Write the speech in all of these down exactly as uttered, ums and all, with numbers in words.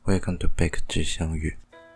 Welcome to Back 之相遇。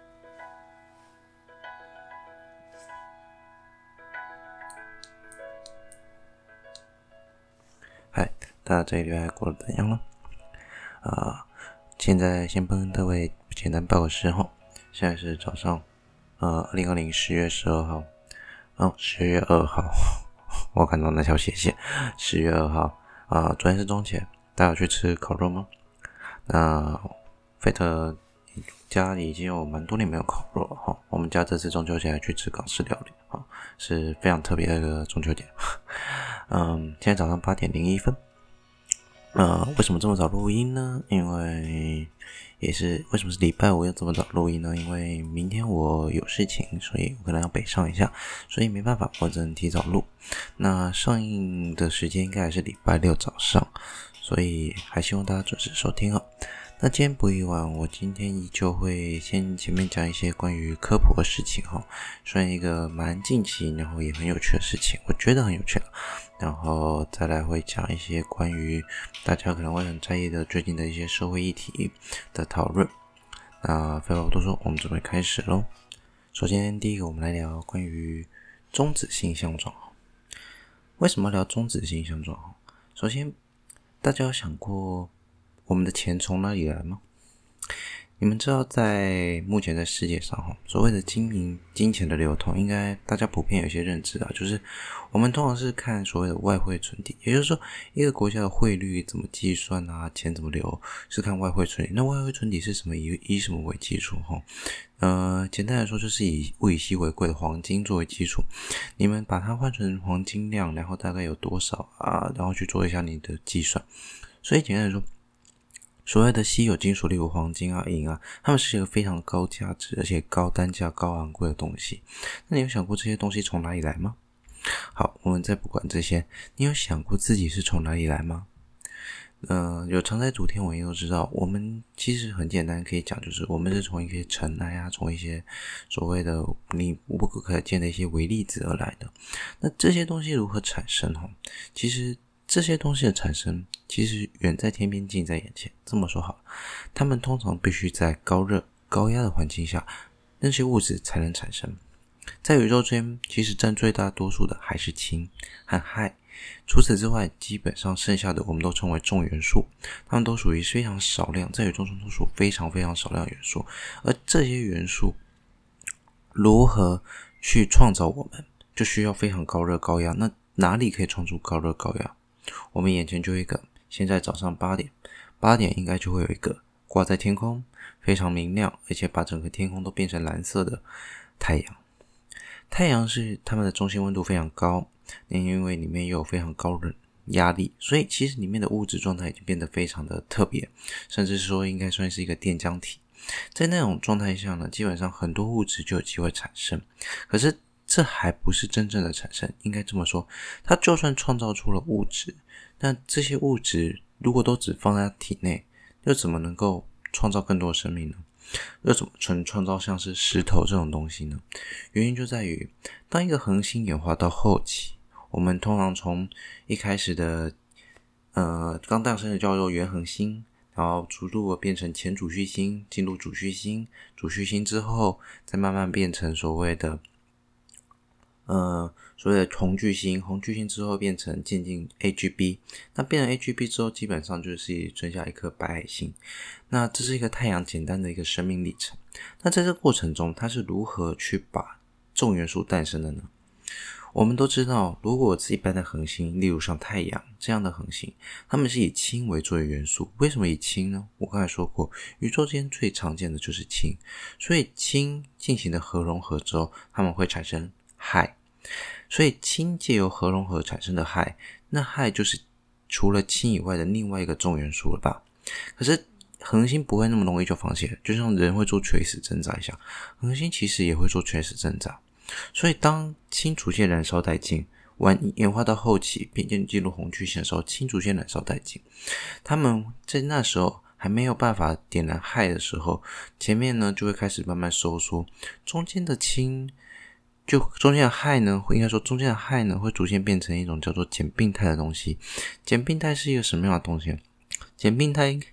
嗨，大家这一礼拜过得怎样呢？啊、呃，现在先帮各位简单报个时候，现在是早上，呃，二零二零十月十二号，哦，十月二号，我看到那条斜线，十月二号啊、呃，昨天是中秋，大家有去吃烤肉吗？那费特家里已经有蛮多年没有烤肉了哈，我们家这次中秋节还去吃港式料理哈，是非常特别的一个中秋节。嗯，现在早上八点零一分。呃，为什么这么早录音呢？因为也是为什么是礼拜五要这么早录音呢？因为明天我有事情，所以我可能要北上一下，所以没办法，我只能提早录。那上映的时间应该还是礼拜六早上，所以还希望大家准时收听哦。那今天不意外，我今天依旧会先前面讲一些关于科普的事情哈，算一个蛮近期然后也很有趣的事情，我觉得很有趣了。然后再来会讲一些关于大家可能会很在意的最近的一些社会议题的讨论。那废话不多说，我们准备开始咯。首先第一个我们来聊关于中子星相撞。为什么要聊中子星相撞？首先大家有想过我们的钱从哪里来吗？你们知道在目前在世界上所谓的金银金钱的流通，应该大家普遍有一些认知啊，就是我们通常是看所谓的外汇存底，也就是说一个国家的汇率怎么计算啊，钱怎么流是看外汇存底。那外汇存底是什么？以以什么为基础呃，简单来说就是以物以稀为贵的黄金作为基础，你们把它换成黄金量，然后大概有多少啊，然后去做一下你的计算。所以简单来说，所谓的稀有金属，例如黄金啊、银啊，它们是一个非常高价值而且高单价、高昂贵的东西。那你有想过这些东西从哪里来吗？好，我们再不管这些，你有想过自己是从哪里来吗？呃，有常在读天文都知道，我们其实很简单可以讲，就是我们是从一些尘埃啊，从一些所谓的你不可见的一些微粒子而来的。那这些东西如何产生？其实这些东西的产生其实远在天边近在眼前。这么说好了，它们通常必须在高热高压的环境下，那些物质才能产生。在宇宙间其实占最大多数的还是氢和氦，除此之外基本上剩下的我们都称为重元素，它们都属于非常少量，在宇宙中都属非常非常少量的元素。而这些元素如何去创造我们，就需要非常高热高压。那哪里可以创出高热高压？我们眼前就有一个，现在早上八点，八点应该就会有一个挂在天空，非常明亮，而且把整个天空都变成蓝色的太阳。太阳是它们的中心温度非常高，因为里面又有非常高的压力，所以其实里面的物质状态已经变得非常的特别，甚至说应该算是一个电浆体。在那种状态下呢，基本上很多物质就有机会产生。可是这还不是真正的产生，应该这么说，它就算创造出了物质，但这些物质如果都只放在体内，又怎么能够创造更多的生命呢？又怎么纯创造像是石头这种东西呢？原因就在于，当一个恒星演化到后期，我们通常从一开始的呃刚诞生的叫做原恒星，然后逐步变成前主序星，进入主序星，主序星之后再慢慢变成所谓的呃，所谓的红巨星，红巨星之后变成渐进 A G B， 那变成 A G B 之后，基本上就是存下一颗白矮星。那这是一个太阳简单的一个生命历程。那在这个过程中，它是如何去把重元素诞生的呢？我们都知道，如果是一般的恒星，例如像太阳这样的恒星，它们是以氢为作为元素。为什么以氢呢？我刚才说过，宇宙间最常见的就是氢，所以氢进行的核融合之后，它们会产生氦，所以氢借由核融合产生的氦，那氦就是除了氢以外的另外一个重元素了吧？可是恒星不会那么容易就放弃了，就像人会做垂死挣扎一样，恒星其实也会做垂死挣扎。所以当氢逐渐燃烧殆尽，完演化到后期并渐进入红巨星的时候，氢逐渐燃烧殆尽，他们在那时候还没有办法点燃氦的时候，前面呢就会开始慢慢收缩，中间的氢就中间的氦呢，应该说中间的氦呢会逐渐变成一种叫做碱并肽的东西。碱并肽是一个什么样的东西？碱并肽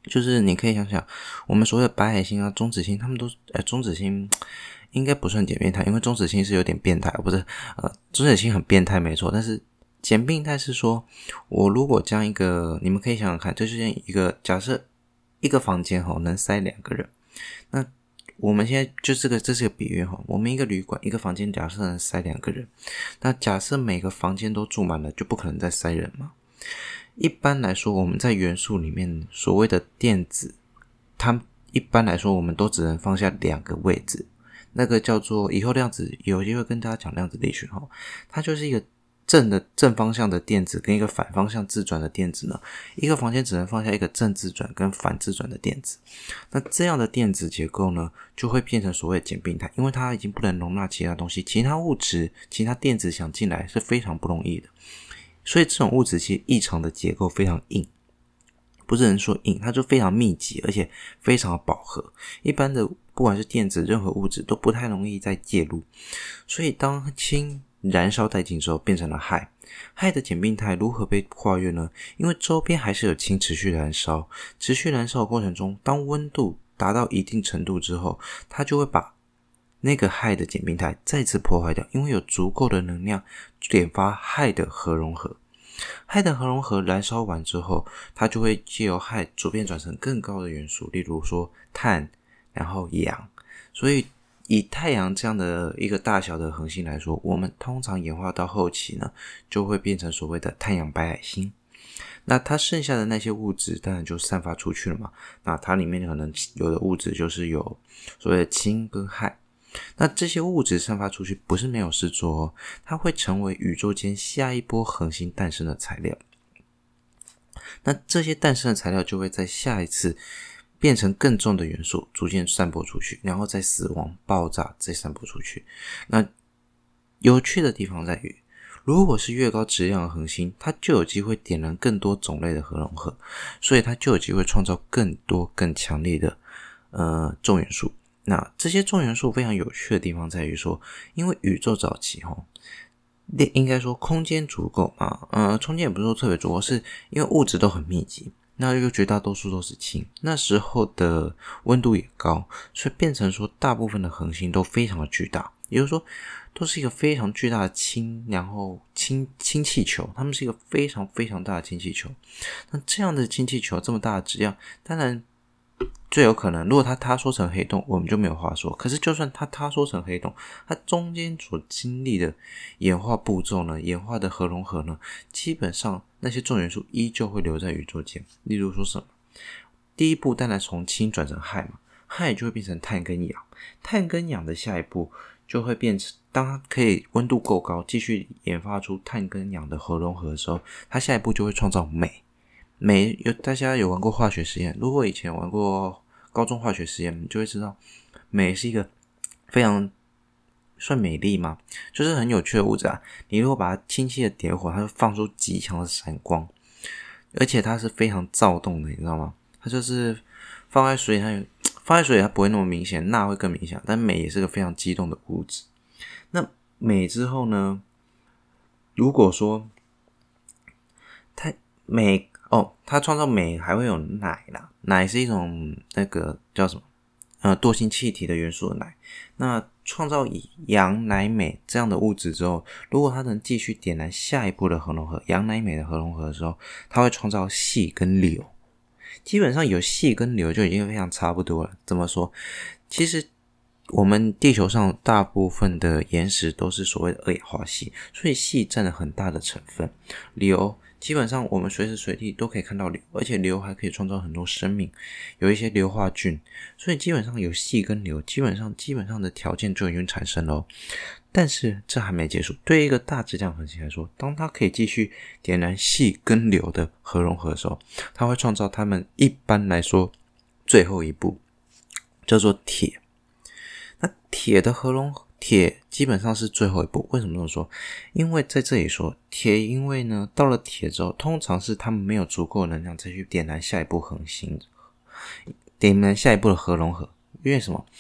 就是你可以想想，我们所谓的白矮星啊、中子星，他们都呃中子星应该不算减病态，因为中子星是有点变态，不是呃中子星很变态没错，但是减病态是说，我如果将一个，你们可以想想看，这就是一个假设一个房间齁能塞两个人，那我们现在就这个这是个比喻齁，我们一个旅馆一个房间假设能塞两个人，那假设每个房间都住满了，就不可能再塞人嘛。一般来说，我们在元素里面所谓的电子，它一般来说我们都只能放下两个位置，那个叫做以后量子有机会跟大家讲量子力学齁，它就是一个正的正方向的电子跟一个反方向自转的电子呢，一个房间只能放下一个正自转跟反自转的电子。那这样的电子结构呢，就会变成所谓的减病态，因为它已经不能容纳其他东西，其他物质、其他电子想进来是非常不容易的。所以这种物质其实异常的结构非常硬，不是人说硬，它就非常密集，而且非常的饱和。一般的不管是电子任何物质都不太容易再介入，所以当氢燃烧殆尽之后变成了氦，氦的减病态如何被跨越呢？因为周边还是有氢持续燃烧，持续燃烧的过程中，当温度达到一定程度之后，它就会把那个氦的减病态再次破坏掉，因为有足够的能量点发氦的核融合。氦的核融合燃烧完之后，它就会借由氦逐变转成更高的元素，例如说碳，然后氧。所以以太阳这样的一个大小的恒星来说，我们通常演化到后期呢，就会变成所谓的太阳白矮星。那它剩下的那些物质当然就散发出去了嘛，那它里面可能有的物质就是有所谓的氢跟氦。那这些物质散发出去不是没有事做哦，它会成为宇宙间下一波恒星诞生的材料。那这些诞生的材料就会在下一次变成更重的元素，逐渐散播出去，然后再死亡、爆炸，再散播出去。那有趣的地方在于，如果是越高质量的恒星，它就有机会点燃更多种类的核融合，所以它就有机会创造更多更强烈的呃重元素。那这些重元素非常有趣的地方在于说，因为宇宙早期齁，应该说空间足够嘛，呃，空间也不是说特别足够，是因为物质都很密集，那又绝大多数都是氢，那时候的温度也高，所以变成说大部分的恒星都非常的巨大，也就是说都是一个非常巨大的氢，然后氢氢气球，它们是一个非常非常大的氢气球。那这样的氢气球这么大的质量，当然最有可能，如果它塌缩成黑洞，我们就没有话说。可是就算它塌缩成黑洞，它中间所经历的演化步骤呢，演化的核融合呢，基本上那些重元素依旧会留在宇宙间。例如说什么？第一步当然从氢转成氦嘛，氦就会变成碳跟氧，碳跟氧的下一步就会变成，当它可以温度够高，继续研发出碳跟氧的核融合的时候，它下一步就会创造镁。镁有大家有玩过化学实验，如果以前玩过高中化学实验，你就会知道镁是一个非常算美丽吗？就是很有趣的物质啊。你如果把它轻轻的点火，它会放出极强的闪光，而且它是非常躁动的，你知道吗？它就是放在水里，它有放在水里它不会那么明显，钠会更明显，但镁也是个非常激动的物质。那镁之后呢，如果说它镁哦，它创造镁还会有氖啦，氖是一种那个叫什么呃惰性气体的元素的氖。那创造阳氖镁这样的物质之后，如果它能继续点燃下一步的核融合，阳氖镁的核融合的时候，它会创造硒跟硫。基本上有硒跟硫就已经非常差不多了。怎么说？其实我们地球上大部分的岩石都是所谓的二氧化硒，所以硒占了很大的成分。硫基本上我们随时随地都可以看到硫，而且硫还可以创造很多生命，有一些硫化菌，所以基本上有硒跟硫，基本上基本上的条件就已经产生了。但是这还没结束，对于一个大质量恒星来说，当它可以继续点燃硒跟硫的核融合的时候，它会创造它们一般来说最后一步，叫做铁。那铁的核融合，铁基本上是最后一步。为什么这么说？因为在这里说铁，因为呢到了铁之后，通常是他们没有足够的能量再去点燃下一步恒星，点燃下一步的核融合。因为什么？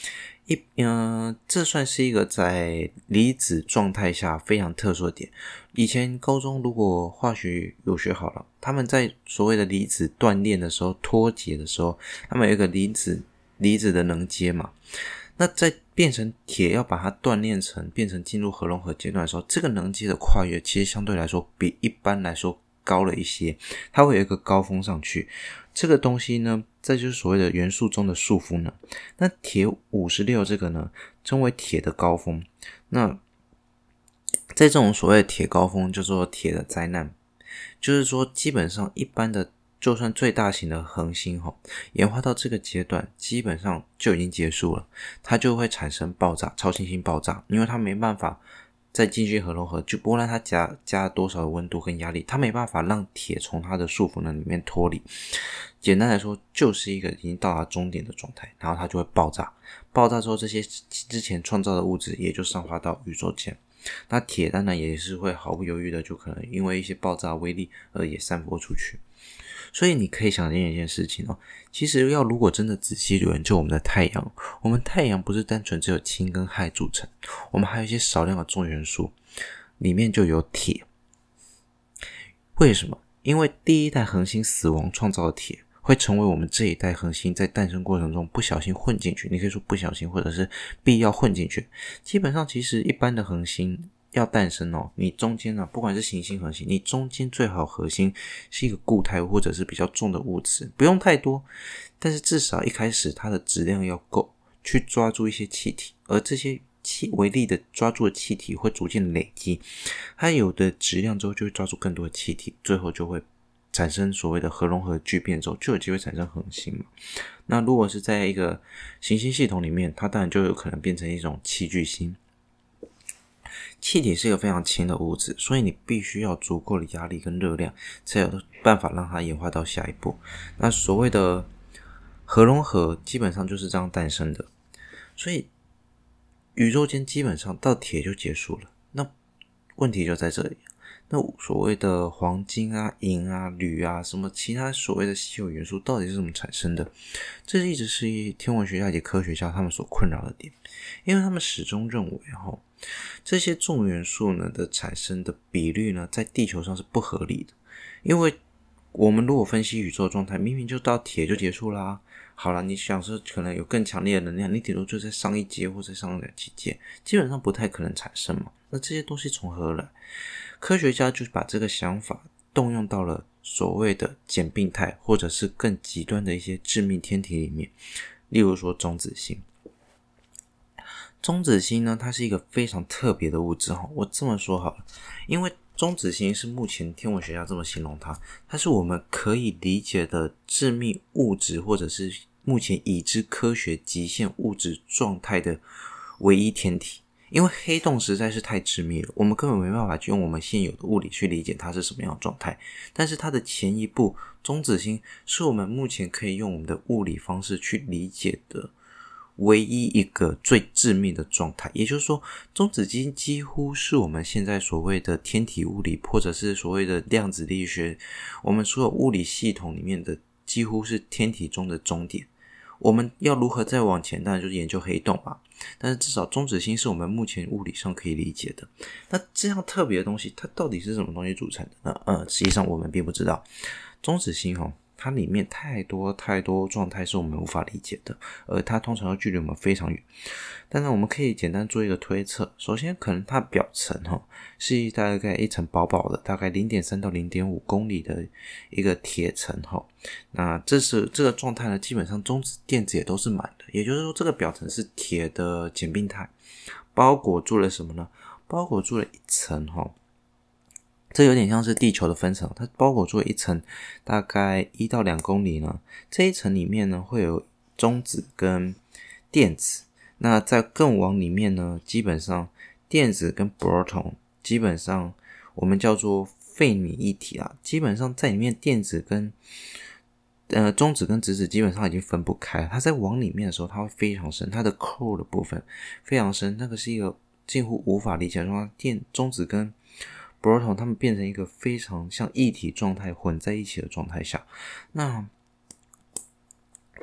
一嗯、呃，这算是一个在离子状态下非常特殊的点。以前高中如果化学有学好了，他们在所谓的离子断裂的时候、脱节的时候，他们有一个离子离子的能阶嘛。那在变成铁要把它锻炼成变成进入核融合阶段的时候，这个能阶的跨越其实相对来说比一般来说高了一些，它会有一个高峰上去。这个东西呢，这就是所谓的元素中的束缚呢。那铁五十六这个呢，称为铁的高峰。那在这种所谓的铁高峰，叫做铁的灾难，就是说基本上一般的就算最大型的恒星齁，演化到这个阶段基本上就已经结束了，它就会产生爆炸，超新星爆炸，因为它没办法再进去核融合，就不论它加加多少的温度跟压力，它没办法让铁从它的束缚能里面脱离。简单来说，就是一个已经到达终点的状态，然后它就会爆炸。爆炸之后，这些之前创造的物质也就散发到宇宙间。那铁当然也是会毫不犹豫的，就可能因为一些爆炸威力而也散播出去。所以你可以想见一件事情哦，其实要如果真的仔细研究我们的太阳，我们太阳不是单纯只有氢跟氦组成，我们还有一些少量的重元素，里面就有铁。为什么？因为第一代恒星死亡创造的铁会成为我们这一代恒星在诞生过程中不小心混进去，你可以说不小心或者是必要混进去。基本上其实一般的恒星要诞生哦，你中间啊，不管是行星恒星，你中间最好核心是一个固态或者是比较重的物质，不用太多，但是至少一开始它的质量要够去抓住一些气体，而这些气微粒的抓住的气体会逐渐累积，它有的质量之后就会抓住更多的气体，最后就会产生所谓的核融合聚变之后就有机会产生恒星嘛。那如果是在一个行星系统里面，它当然就有可能变成一种气巨星。气体是一个非常轻的物质，所以你必须要足够的压力跟热量才有办法让它演化到下一步。那所谓的核融合基本上就是这样诞生的，所以宇宙间基本上到铁就结束了。那问题就在这里，那所谓的黄金啊、银啊、铝啊，什么其他所谓的稀有元素到底是怎么产生的？这一直是天文学家以及科学家他们所困扰的点，因为他们始终认为齁，这些重元素呢的产生的比率呢，在地球上是不合理的。因为我们如果分析宇宙状态，明明就到铁就结束啦。好了，你想说可能有更强烈的能量，你顶多就在上一阶或者上两几阶，基本上不太可能产生嘛。那这些东西从何而来？科学家就把这个想法动用到了所谓的简并态，或者是更极端的一些致命天体里面，例如说中子星。中子星呢，它是一个非常特别的物质，我这么说好了，因为中子星是目前天文学家这么形容它，它是我们可以理解的致密物质，或者是目前已知科学极限物质状态的唯一天体。因为黑洞实在是太致密了，我们根本没办法用我们现有的物理去理解它是什么样的状态。但是它的前一步，中子星是我们目前可以用我们的物理方式去理解的唯一一个最致密的状态。也就是说，中子星几乎是我们现在所谓的天体物理，或者是所谓的量子力学，我们所有物理系统里面的几乎是天体中的终点。我们要如何再往前，当然就是研究黑洞嘛。但是至少中子星是我们目前物理上可以理解的。那这样特别的东西，它到底是什么东西组成的呢？呃，实际上我们并不知道。中子星齁，它里面太多太多状态是我们无法理解的，而它通常又距离我们非常远。但是我们可以简单做一个推测，首先可能它表层齁是大概一层薄薄的，大概 零点三 到 零点五 公里的一个铁层齁。那这是这个状态呢，基本上中子电子也都是满的，也就是说这个表层是铁的简并态，包裹住了什么呢？包裹住了一层齁。这有点像是地球的分层，它包裹住了一层大概一到两公里呢。这一层里面呢会有中子跟电子，那在更往里面呢，基本上电子跟 proton 基本上我们叫做费米一体啊，基本上在里面电子跟呃中子跟质子基本上已经分不开，它在往里面的时候它会非常深，它的 core 的部分非常深，那个是一个近乎无法理解，说电中子跟proton 它们变成一个非常像液体状态混在一起的状态下，那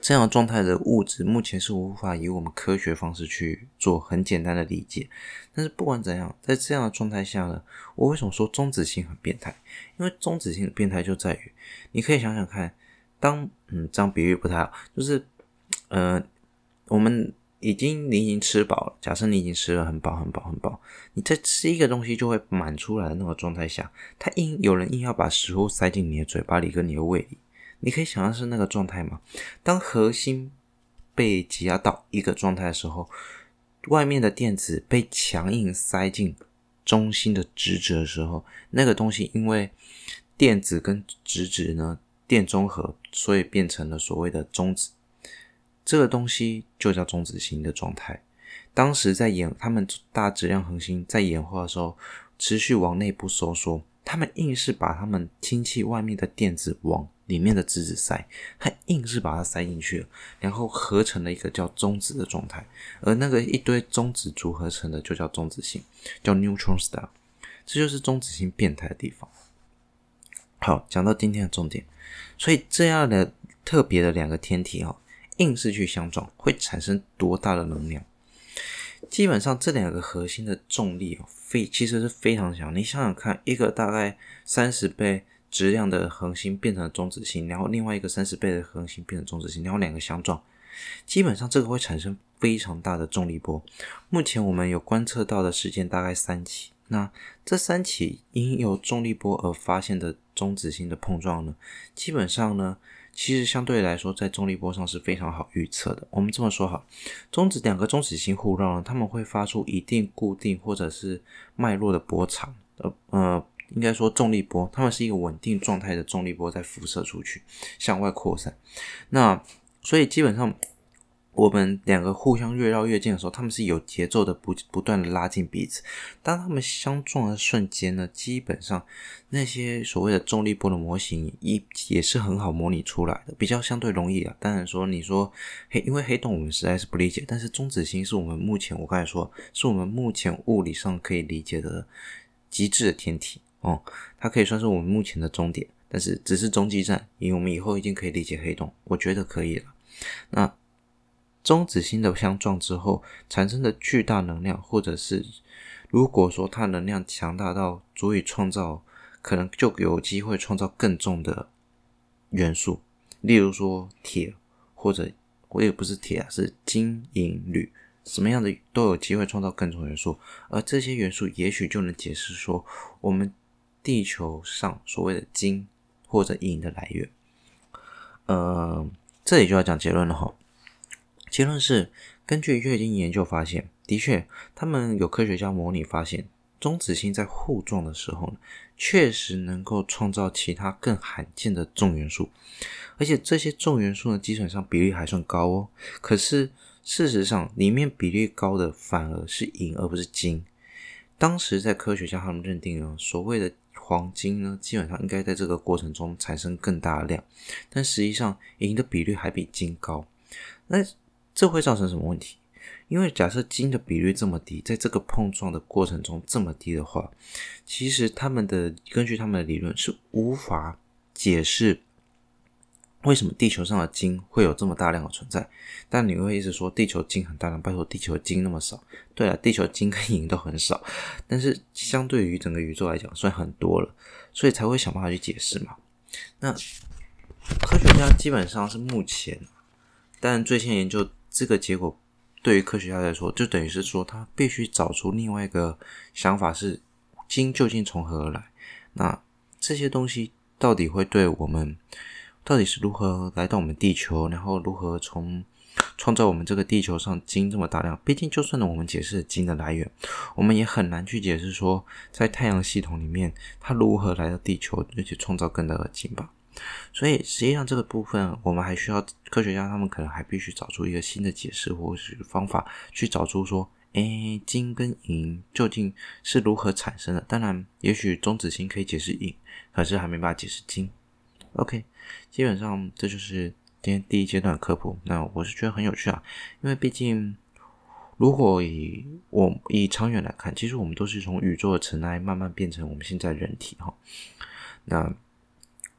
这样状态的物质目前是无法以我们科学方式去做很简单的理解。但是不管怎样，在这样的状态下呢，我为什么说中子星很变态？因为中子星的变态就在于，你可以想想看，当嗯这样比喻不太好，就是呃我们已经你已经吃饱了，假设你已经吃了很饱很饱很饱，你再吃一个东西就会满出来的那个状态下，它硬有人硬要把食物塞进你的嘴巴里跟你的胃里，你可以想象是那个状态吗？当核心被挤压到一个状态的时候，外面的电子被强硬塞进中心的质子的时候，那个东西因为电子跟质子呢电中和，所以变成了所谓的中子。这个东西就叫中子星的状态。当时在演他们大质量恒星在演化的时候，持续往内部收缩，他们硬是把他们氢气外面的电子往里面的质子塞，他硬是把它塞进去了，然后合成了一个叫中子的状态。而那个一堆中子组合成的就叫中子星，叫 neutron star。 这就是中子星变态的地方。好，讲到今天的重点，所以这样的特别的两个天体哦，硬是去相撞会产生多大的能量？基本上这两个核心的重力哦，非其实是非常强。你想想看，一个大概三十倍质量的恒星变成了中子星，然后另外一个三十倍的恒星变成中子星，然后两个相撞，基本上这个会产生非常大的重力波。目前我们有观测到的事件大概三起，那这三起因由重力波而发现的中子星的碰撞呢，基本上呢其实相对来说在重力波上是非常好预测的。我们这么说好，中子两个中子星互绕呢，它们会发出一定固定或者是脉络的波长，呃呃应该说重力波，它们是一个稳定状态的重力波在辐射出去向外扩散。那所以基本上我们两个互相越绕越近的时候，他们是有节奏的不不断的拉近彼此。当他们相撞的瞬间呢，基本上那些所谓的重力波的模型也也是很好模拟出来的，比较相对容易啊。当然说你说黑，因为黑洞我们实在是不理解，但是中子星是我们目前我刚才说是我们目前物理上可以理解的极致的天体哦，它可以算是我们目前的终点，但是只是中继站，因为我们以后一定可以理解黑洞，我觉得可以了。那中子星的相撞之后产生的巨大能量，或者是如果说它能量强大到足以创造，可能就有机会创造更重的元素，例如说铁，或者我也不是铁啊，是金银铝，什么样的都有机会创造更重的元素。而这些元素也许就能解释说我们地球上所谓的金或者银的来源。呃，这里就要讲结论了齁。结论是，根据月经研究发现，的确他们有科学家模拟发现，中子星在互撞的时候呢，确实能够创造其他更罕见的重元素，而且这些重元素呢，基本上比例还算高哦。可是事实上里面比例高的反而是银而不是金。当时在科学家他们认定呢，所谓的黄金呢，基本上应该在这个过程中产生更大的量，但实际上银的比率还比金高。那这会造成什么问题？因为假设金的比率这么低，在这个碰撞的过程中这么低的话，其实他们的根据他们的理论是无法解释为什么地球上的金会有这么大量的存在。但你会一直说地球金很大量，拜托地球金那么少。对了，地球金跟银都很少，但是相对于整个宇宙来讲算很多了，所以才会想办法去解释嘛。那科学家基本上是目前，但最新研究这个结果对于科学家来说，就等于是说他必须找出另外一个想法，是金究竟从何而来。那这些东西到底会对我们到底是如何来到我们地球，然后如何从创造我们这个地球上金这么大量。毕竟就算我们解释金的来源，我们也很难去解释说在太阳系统里面它如何来到地球，而且创造更多的金吧。所以实际上这个部分我们还需要科学家他们可能还必须找出一个新的解释或是方法，去找出说诶金跟银究竟是如何产生的。当然也许中子星可以解释银，可是还没办法解释金。 OK， 基本上这就是今天第一阶段的科普。那我是觉得很有趣啊，因为毕竟如果以我以长远来看，其实我们都是从宇宙的尘埃慢慢变成我们现在人体齁。那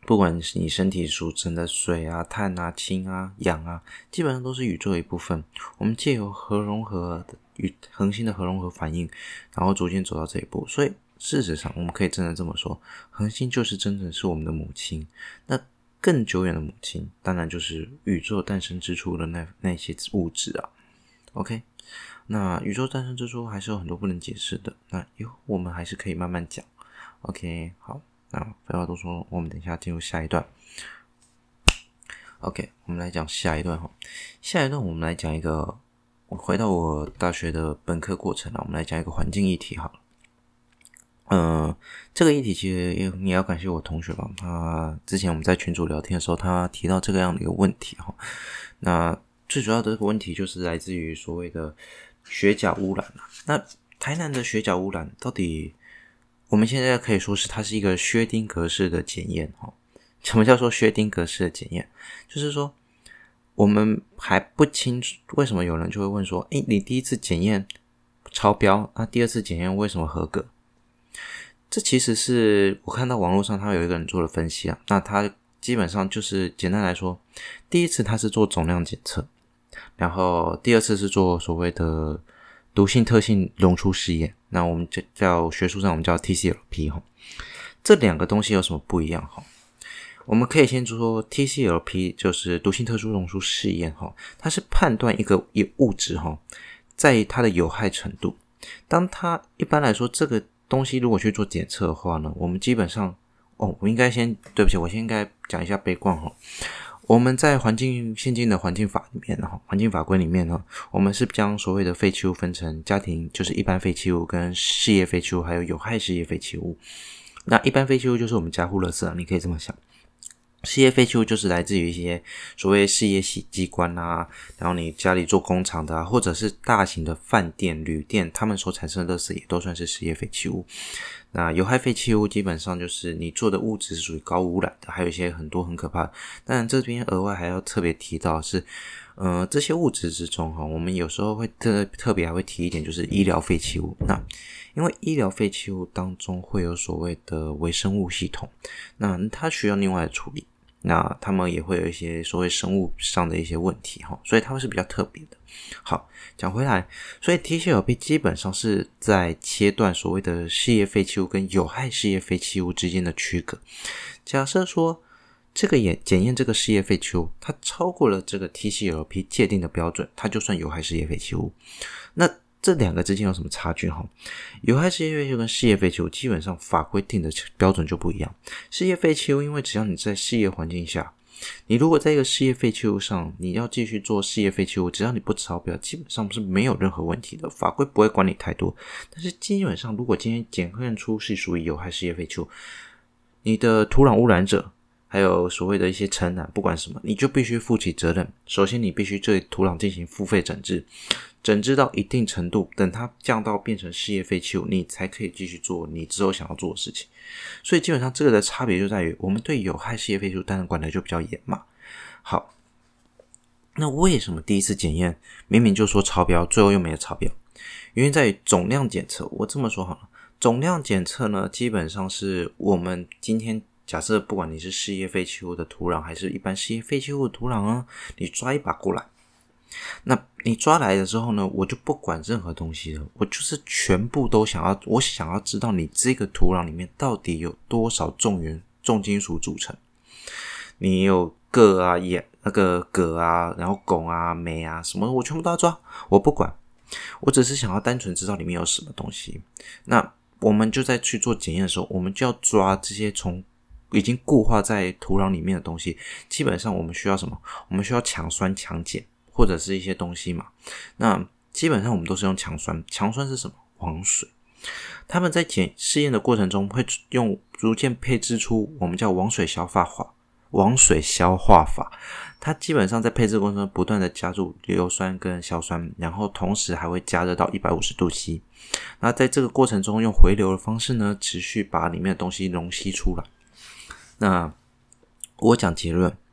不管是你身体组成的水啊、碳啊、氢啊、氧啊，基本上都是宇宙的一部分。我们借由核融合的与恒星的核融合反应，然后逐渐走到这一步。所以事实上，我们可以真的这么说，恒星就是真正是我们的母亲。那更久远的母亲，当然就是宇宙诞生之初的那那些物质啊。OK， 那宇宙诞生之初还是有很多不能解释的，那以后我们还是可以慢慢讲。OK， 好。那废话多说，我们等一下进入下一段。OK， 我们来讲下一段哈。下一段我们来讲一个，我回到我大学的本科过程了，我们来讲一个环境议题好了。呃，这个议题其实你要感谢我同学吧，他之前我们在群组聊天的时候，他提到这个样的一个问题哈。那最主要的这个问题就是来自于所谓的雪甲污染啊。那台南的雪甲污染到底？我们现在可以说是它是一个薛丁格式的检验齁。什么叫做薛丁格式的检验？就是说我们还不清楚为什么有人就会问说，诶，你第一次检验超标，那第二次检验为什么合格？这其实是我看到网络上他有一个人做的分析啊，那他基本上就是简单来说，第一次他是做总量检测，然后第二次是做所谓的毒性特性溶出试验，那我们叫学术上我们叫 T C L P 齁。这两个东西有什么不一样齁？我们可以先说 T C L P 就是毒性特殊溶出试验齁，它是判断一个物质齁在它的有害程度。当它一般来说这个东西如果去做检测的话呢，我们基本上哦，我应该先对不起，我先应该讲一下背景齁。我们在环境现今的环境法里面呢，环境法规里面呢，我们是将所谓的废弃物分成家庭就是一般废弃物跟事业废弃物还有有害事业废弃物。那一般废弃物就是我们家户垃圾啊，你可以这么想。事业废弃物就是来自于一些所谓事业洗机关啊，然后你家里做工厂的啊，或者是大型的饭店、旅店，他们所产生的垃圾也都算是事业废弃物。那有害废弃物基本上就是你做的物质是属于高污染的，还有一些很多很可怕的。当然这边额外还要特别提到的是呃，这些物质之中哈，我们有时候会特特别还会提一点，就是医疗废弃物。那因为医疗废弃物当中会有所谓的微生物系统，那它需要另外的处理。那他们也会有一些所谓生物上的一些问题齁，所以它们是比较特别的。好，讲回来，所以 T C L P 基本上是在切断所谓的事业废弃物跟有害事业废弃物之间的区隔。假设说这个也检验这个事业废弃物，它超过了这个 T C L P 界定的标准，它就算有害事业废弃物。那这两个之间有什么差距齁？有害事业废弃物跟事业废弃物基本上法规定的标准就不一样。事业废弃物因为只要你在事业环境下，你如果在一个事业废弃物上你要继续做事业废弃物，只要你不超标，基本上是没有任何问题的，法规不会管你太多。但是基本上如果今天检验出是属于有害事业废弃物，你的土壤污染者还有所谓的一些尘染，不管什么，你就必须负起责任。首先你必须对土壤进行付费整治，整治到一定程度，等它降到变成事业废弃物，你才可以继续做你之后想要做的事情。所以基本上这个的差别就在于，我们对有害事业废弃物当然管的就比较严嘛。好，那为什么第一次检验明明就说超标，最后又没有超标？原因在于总量检测。我这么说好了，总量检测呢，基本上是我们今天假设不管你是事业废弃物的土壤还是一般事业废弃物的土壤啊，你抓一把过来，那你抓来的时候呢，我就不管任何东西了，我就是全部都想要，我想要知道你这个土壤里面到底有多少重元重金属组成。你有铬啊、盐、那个镉啊，然后汞啊、镁啊什么，我全部都要抓，我不管，我只是想要单纯知道里面有什么东西。那我们就在去做检验的时候，我们就要抓这些从已经固化在土壤里面的东西。基本上我们需要什么？我们需要强酸强碱或者是一些东西嘛。那基本上我们都是用强酸，强酸是什么？王水。他们在检试验的过程中会用逐渐配置出我们叫王水消化法王水消化法，它基本上在配置过程中不断的加入硫酸跟硝酸，然后同时还会加热到一百五十度 C。 那在这个过程中用回流的方式呢，持续把里面的东西溶吸出来。那我讲结论，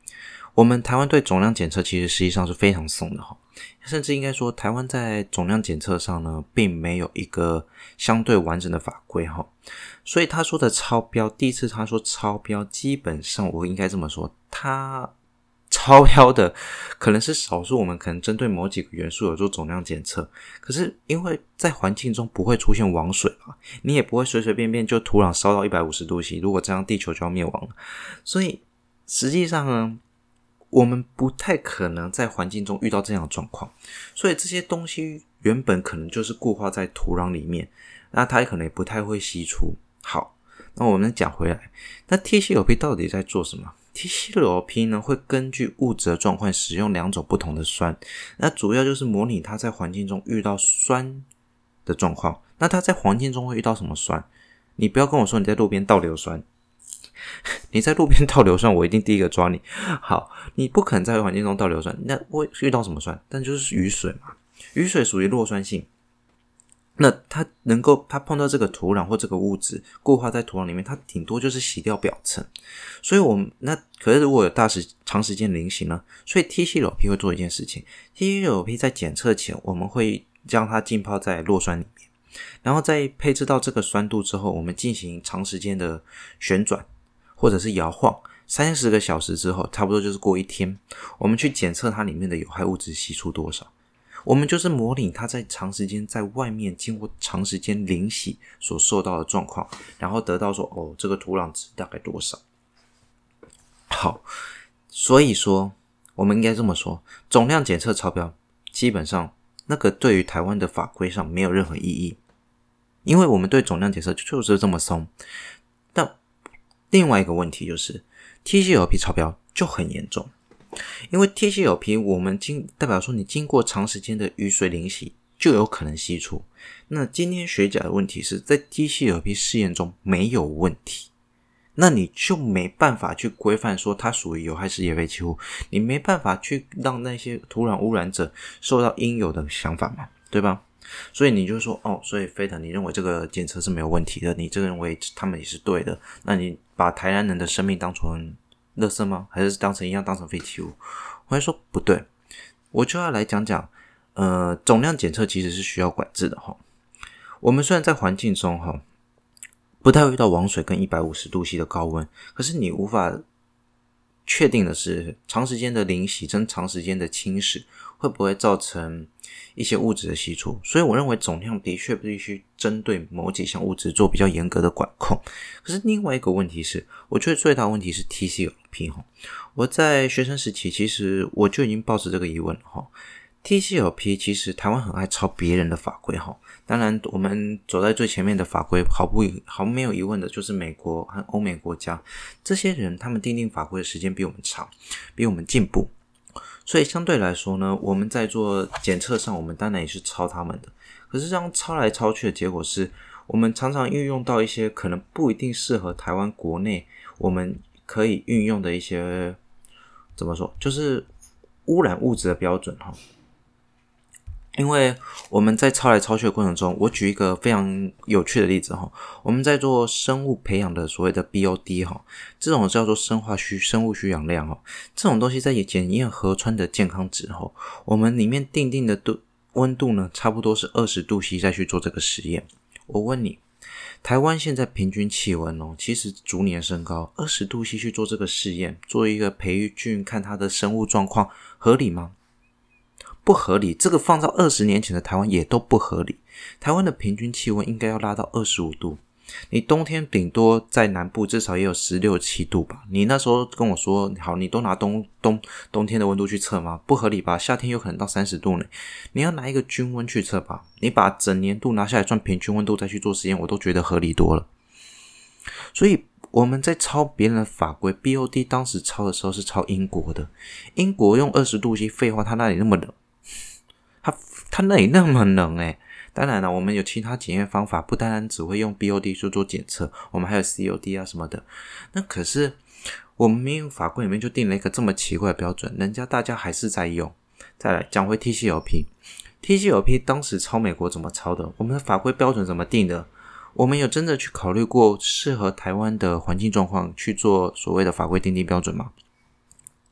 我们台湾对总量检测其实实际上是非常松的，甚至应该说台湾在总量检测上呢并没有一个相对完整的法规，所以他说的超标，第一次他说超标，基本上我应该这么说，他超标的可能是少数，我们可能针对某几个元素有做总量检测，可是因为在环境中不会出现王水嘛，你也不会随随便便就土壤烧到一百五十度 C， 如果这样地球就要灭亡了，所以实际上呢我们不太可能在环境中遇到这样的状况，所以这些东西原本可能就是固化在土壤里面，那它可能也不太会析出。好，那我们讲回来，那 T C L P 到底在做什么？ T C L P 呢会根据物质的状况使用两种不同的酸，那主要就是模拟它在环境中遇到酸的状况。那它在环境中会遇到什么酸？你不要跟我说你在路边倒硫酸，你在路边倒硫酸我一定第一个抓你。好，你不可能在环境中倒硫酸，那会遇到什么酸？但就是雨水嘛，雨水属于弱酸性，那它能够它碰到这个土壤或这个物质固化在土壤里面，它顶多就是洗掉表层。所以我们那可是如果有大时长时间淋洗呢，所以 T C L P 会做一件事情， T C L P 在检测前我们会将它浸泡在弱酸里面，然后在配置到这个酸度之后，我们进行长时间的旋转或者是摇晃，三十个小时之后，差不多就是过一天，我们去检测它里面的有害物质析出多少。我们就是模拟它在长时间在外面经过长时间淋洗所受到的状况，然后得到说哦，这个土壤值大概多少。好，所以说我们应该这么说，总量检测超标基本上那个对于台湾的法规上没有任何意义，因为我们对总量检测就是这么松。但另外一个问题就是 T C L P 超标就很严重，因为 T C L P 我们经代表说你经过长时间的雨水淋洗就有可能析出。那今天学甲的问题是在 T C L P 试验中没有问题，那你就没办法去规范说它属于有害事业废弃物，你没办法去让那些土壤污染者受到应有的想法嘛，对吧？所以你就说哦，所以飞腾你认为这个检测是没有问题的，你这个认为他们也是对的，那你把台南人的生命当成垃圾吗？还是当成一样当成废弃物？我会说不对，我就要来讲讲呃，总量检测其实是需要管制的齁。我们虽然在环境中齁不太会遇到王水跟一百五十度 C 的高温，可是你无法确定的是长时间的淋洗跟长时间的侵蚀会不会造成一些物质的析出，所以我认为总量的确必须针对某几项物质做比较严格的管控。可是另外一个问题是，我觉得最大的问题是 T C L P。 我在学生时期其实我就已经抱持这个疑问了， T C L P 其实台湾很爱抄别人的法规，当然我们走在最前面的法规毫不毫没有疑问的就是美国和欧美国家，这些人他们订定法规的时间比我们长，比我们进步，所以相对来说呢，我们在做检测上我们当然也是抄他们的。可是这样抄来抄去的结果是，我们常常运用到一些可能不一定适合台湾国内我们可以运用的一些怎么说，就是污染物质的标准。因为我们在抄来抄去的过程中，我举一个非常有趣的例子，我们在做生物培养的所谓的 B O D， 这种叫做生化需生物需氧量，这种东西在检验河川的健康值后，我们里面定定的度温度呢差不多是二十度 C 再去做这个实验。我问你，台湾现在平均气温哦，其实逐年升高，二十度 C 去做这个试验，做一个培育菌看它的生物状况，合理吗？不合理，这个放到二十年前的台湾也都不合理。台湾的平均气温应该要拉到二十五度，你冬天顶多在南部至少也有十六七度吧。你那时候跟我说好，你都拿冬冬冬天的温度去测吗？不合理吧，夏天有可能到三十度呢。你要拿一个均温去测吧，你把整年度拿下来算平均温度再去做实验，我都觉得合理多了。所以我们在抄别人的法规， B O D 当时抄的时候是抄英国的，英国用二十度 C， 废话，它那里那么冷，它它那里那么冷诶、欸、当然了，我们有其他检验方法，不单单只会用 B O D 去做检测，我们还有 C O D 啊什么的。那可是我们民营法规里面就定了一个这么奇怪的标准，人家大家还是在用。再来讲回 T C L P， T C L P 当时抄美国怎么抄的？我们的法规标准怎么定的？我们有真的去考虑过适合台湾的环境状况去做所谓的法规定定标准吗？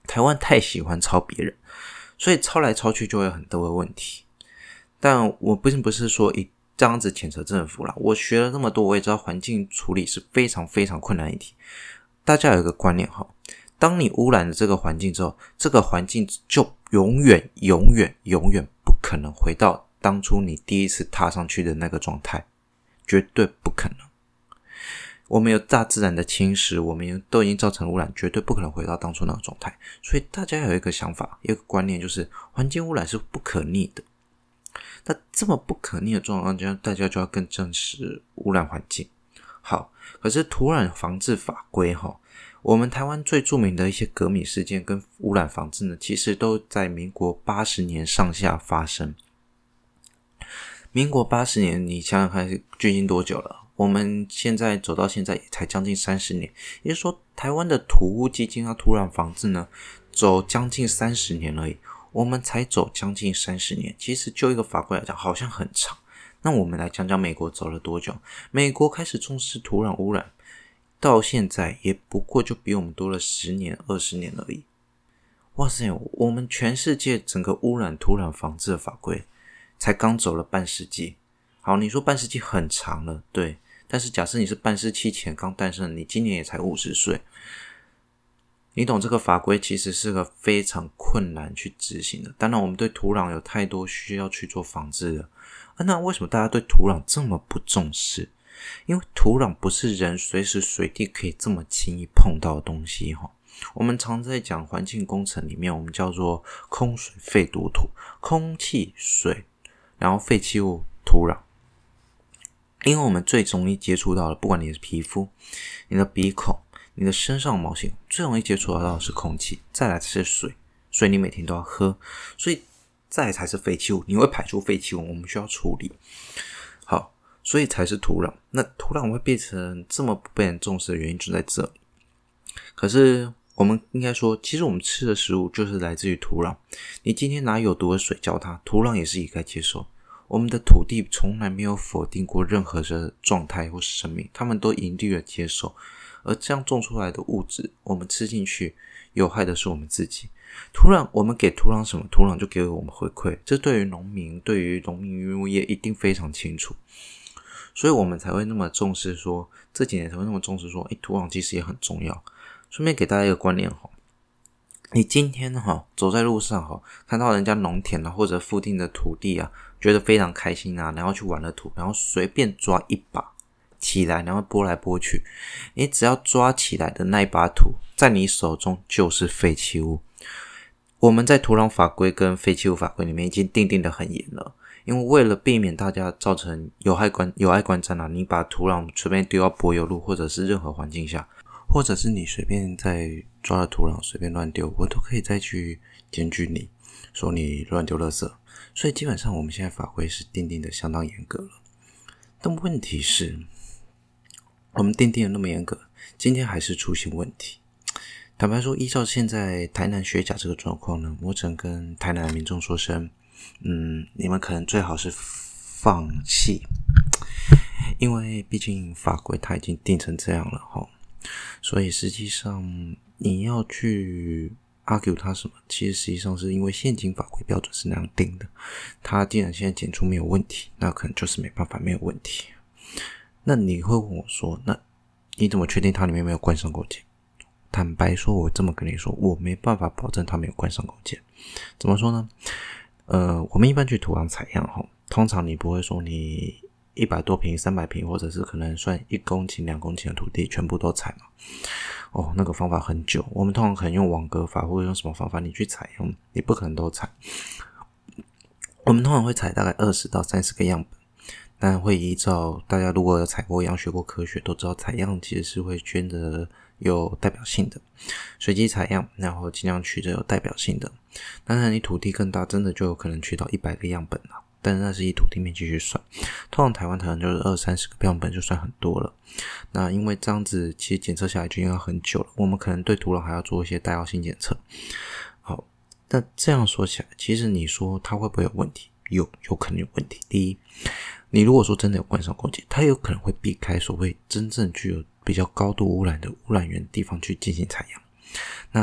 台湾太喜欢抄别人，所以抄来抄去就会有很多的问题。但我并不是说一这样子谴责政府啦，我学了那么多，我也知道环境处理是非常非常困难的一题。大家有一个观念哈，当你污染了这个环境之后，这个环境就永远永远永远不可能回到当初你第一次踏上去的那个状态，绝对不可能。我们有大自然的侵蚀，我们都已经造成污染，绝对不可能回到当初那个状态。所以大家有一个想法，有一个观念，就是环境污染是不可逆的。那这么不可逆的状况下，大家就要更正视污染环境。好，可是土壤防治法规齁，我们台湾最著名的一些革命事件跟污染防治呢，其实都在民国八十年上下发生。民国八十年，你想想看，距今多久了？我们现在走到现在也才将近三十年，也就是说，台湾的土污基金啊、土壤防治呢，走将近三十年而已。我们才走将近三十年，其实就一个法规来讲，好像很长。那我们来讲讲美国走了多久？美国开始重视土壤污染，到现在也不过就比我们多了十年、二十年而已。哇塞，我们全世界整个污染土壤防治的法规才刚走了半世纪。好，你说半世纪很长了，对，但是假设你是半世纪前刚诞生，你今年也才五十岁。你懂这个法规其实是个非常困难去执行的。当然我们对土壤有太多需要去做防治的、啊、那为什么大家对土壤这么不重视？因为土壤不是人随时随地可以这么轻易碰到的东西。我们常在讲环境工程里面，我们叫做空水废土土，空气水然后废弃物土壤。因为我们最容易接触到的，不管你的皮肤、你的鼻孔、你的身上毛细，最容易接触到的是空气，再来是水，水你每天都要喝，所以再来才是废弃物，你会排出废弃物，我们需要处理。好，所以才是土壤。那土壤会变成这么不被人重视的原因就在这里。可是我们应该说，其实我们吃的食物就是来自于土壤。你今天拿有毒的水浇它，土壤也是应该接受。我们的土地从来没有否定过任何的状态或生命，他们都一律的接受。而这样种出来的物质，我们吃进去，有害的是我们自己。土壤，我们给土壤什么，土壤就给我们回馈。这对于农民，对于农民渔牧业一定非常清楚。所以我们才会那么重视说，这几年才会那么重视说，诶，土壤其实也很重要。顺便给大家一个观念齁，你今天齁走在路上齁，看到人家农田啊或者附近的土地啊，觉得非常开心啊，然后去玩了土，然后随便抓一把起来，然后拨来拨去，你只要抓起来的那一把土，在你手中就是废弃物。我们在土壤法规跟废弃物法规里面已经定定得很严了，因为为了避免大家造成有害观有害观瞻啊，你把土壤随便丢到柏油路或者是任何环境下，或者是你随便在抓了土壤随便乱丢，我都可以再去检举你，说你乱丢垃圾。所以基本上我们现在法规是定定的相当严格了。但问题是，我们定定的那么严格，今天还是出现问题。坦白说，依照现在台南学甲这个状况呢，我只能跟台南的民众说声，嗯，你们可能最好是放弃，因为毕竟法规它已经定成这样了齁，所以实际上你要去 argue 它什么，其实实际上是因为现行法规标准是那样定的，它既然现在检出没有问题，那可能就是没办法没有问题。那你会问我说，那你怎么确定它里面没有官商勾结？坦白说，我这么跟你说，我没办法保证它没有官商勾结。怎么说呢？呃，我们一般去土壤采样齁，通常你不会说你一百多坪、三百坪，或者是可能算一公顷、两公顷的土地全部都采嘛。哦，那个方法很久，我们通常可能用网格法或者用什么方法你去采样，你不可能都采。我们通常会采大概二十到三十个样本。但会依照大家如果有采过样、学过科学，都知道采样其实是会选择有代表性的，随机采样，然后尽量取得有代表性的。当然，你土地更大，真的就有可能取到一百个样本了，但是那是以土地面积去算。通常台湾可能就是二三十个样本就算很多了。那因为这样子，其实检测下来就应该很久了，我们可能对土壤还要做一些带药性检测。好，但这样说起来，其实你说它会不会有问题？有，有可能有问题。第一，你如果说真的有官商勾结，它有可能会避开所谓真正具有比较高度污染的污染源地方去进行采样。那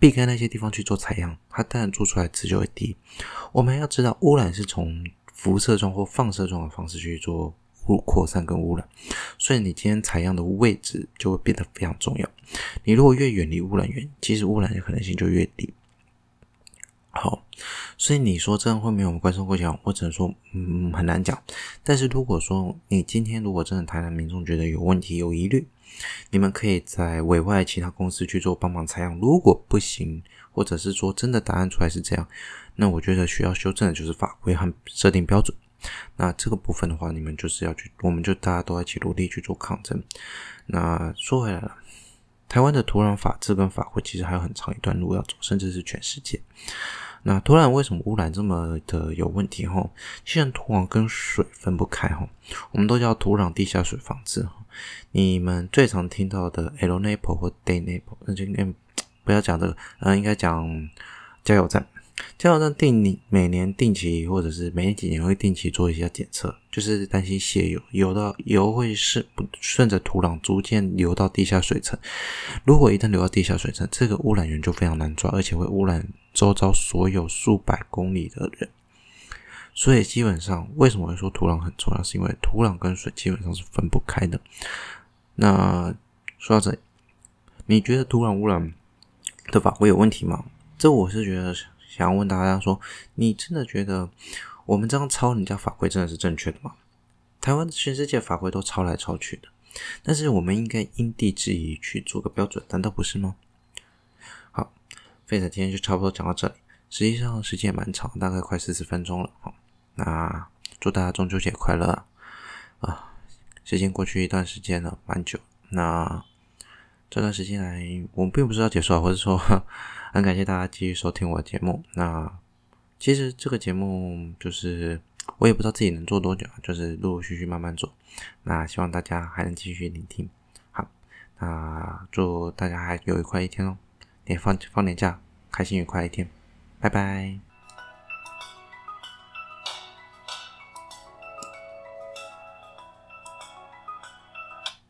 避开那些地方去做采样，它当然做出来值就会低。我们要知道污染是从辐射状或放射状的方式去做扩散跟污染，所以你今天采样的位置就会变得非常重要。你如果越远离污染源，其实污染的可能性就越低。好，所以你说这样会没有官商勾结，我只能说嗯很难讲。但是如果说你今天如果真的台南民众觉得有问题有疑虑，你们可以在委外其他公司去做帮忙采样，如果不行，或者是说真的答案出来是这样，那我觉得需要修正的就是法规和设定标准。那这个部分的话，你们就是要去，我们就大家都一起努力去做抗争。那说回来了，台湾的土壤法制跟法规其实还有很长一段路要走，甚至是全世界。那土壤为什么污染这么的有问题齁？既然土壤跟水分不开齁，我们都叫土壤地下水防治。你们最常听到的 L N A P 或 D N A P， 那就应该不要讲这个，呃，应该讲加油站。加油站定每年定期或者是每几年会定期做一些检测，就是担心泄油，油到油会是顺着土壤逐渐流到地下水层。如果一旦流到地下水层，这个污染源就非常难抓，而且会污染周遭所有数百公里的人。所以基本上为什么会说土壤很重要，是因为土壤跟水基本上是分不开的。那说到这里，你觉得土壤污染的法规有问题吗？这我是觉得想要问大家说，你真的觉得我们这样抄人家法规真的是正确的吗？台湾全世界法规都抄来抄去的，但是我们应该因地制宜去做个标准，难道不是吗？好，废柴今天就差不多讲到这里，实际上时间也蛮长，大概快四十分钟了。那祝大家中秋节快乐啊！时间过去一段时间了，蛮久。那这段时间来，我们并不是要结束啊，或者说很感谢大家继续收听我的节目。那其实这个节目就是我也不知道自己能做多久，就是陆陆续续慢慢做。那希望大家还能继续聆听。好，那祝大家还有愉快一天哦，也放放年假，开心愉快一天，拜拜。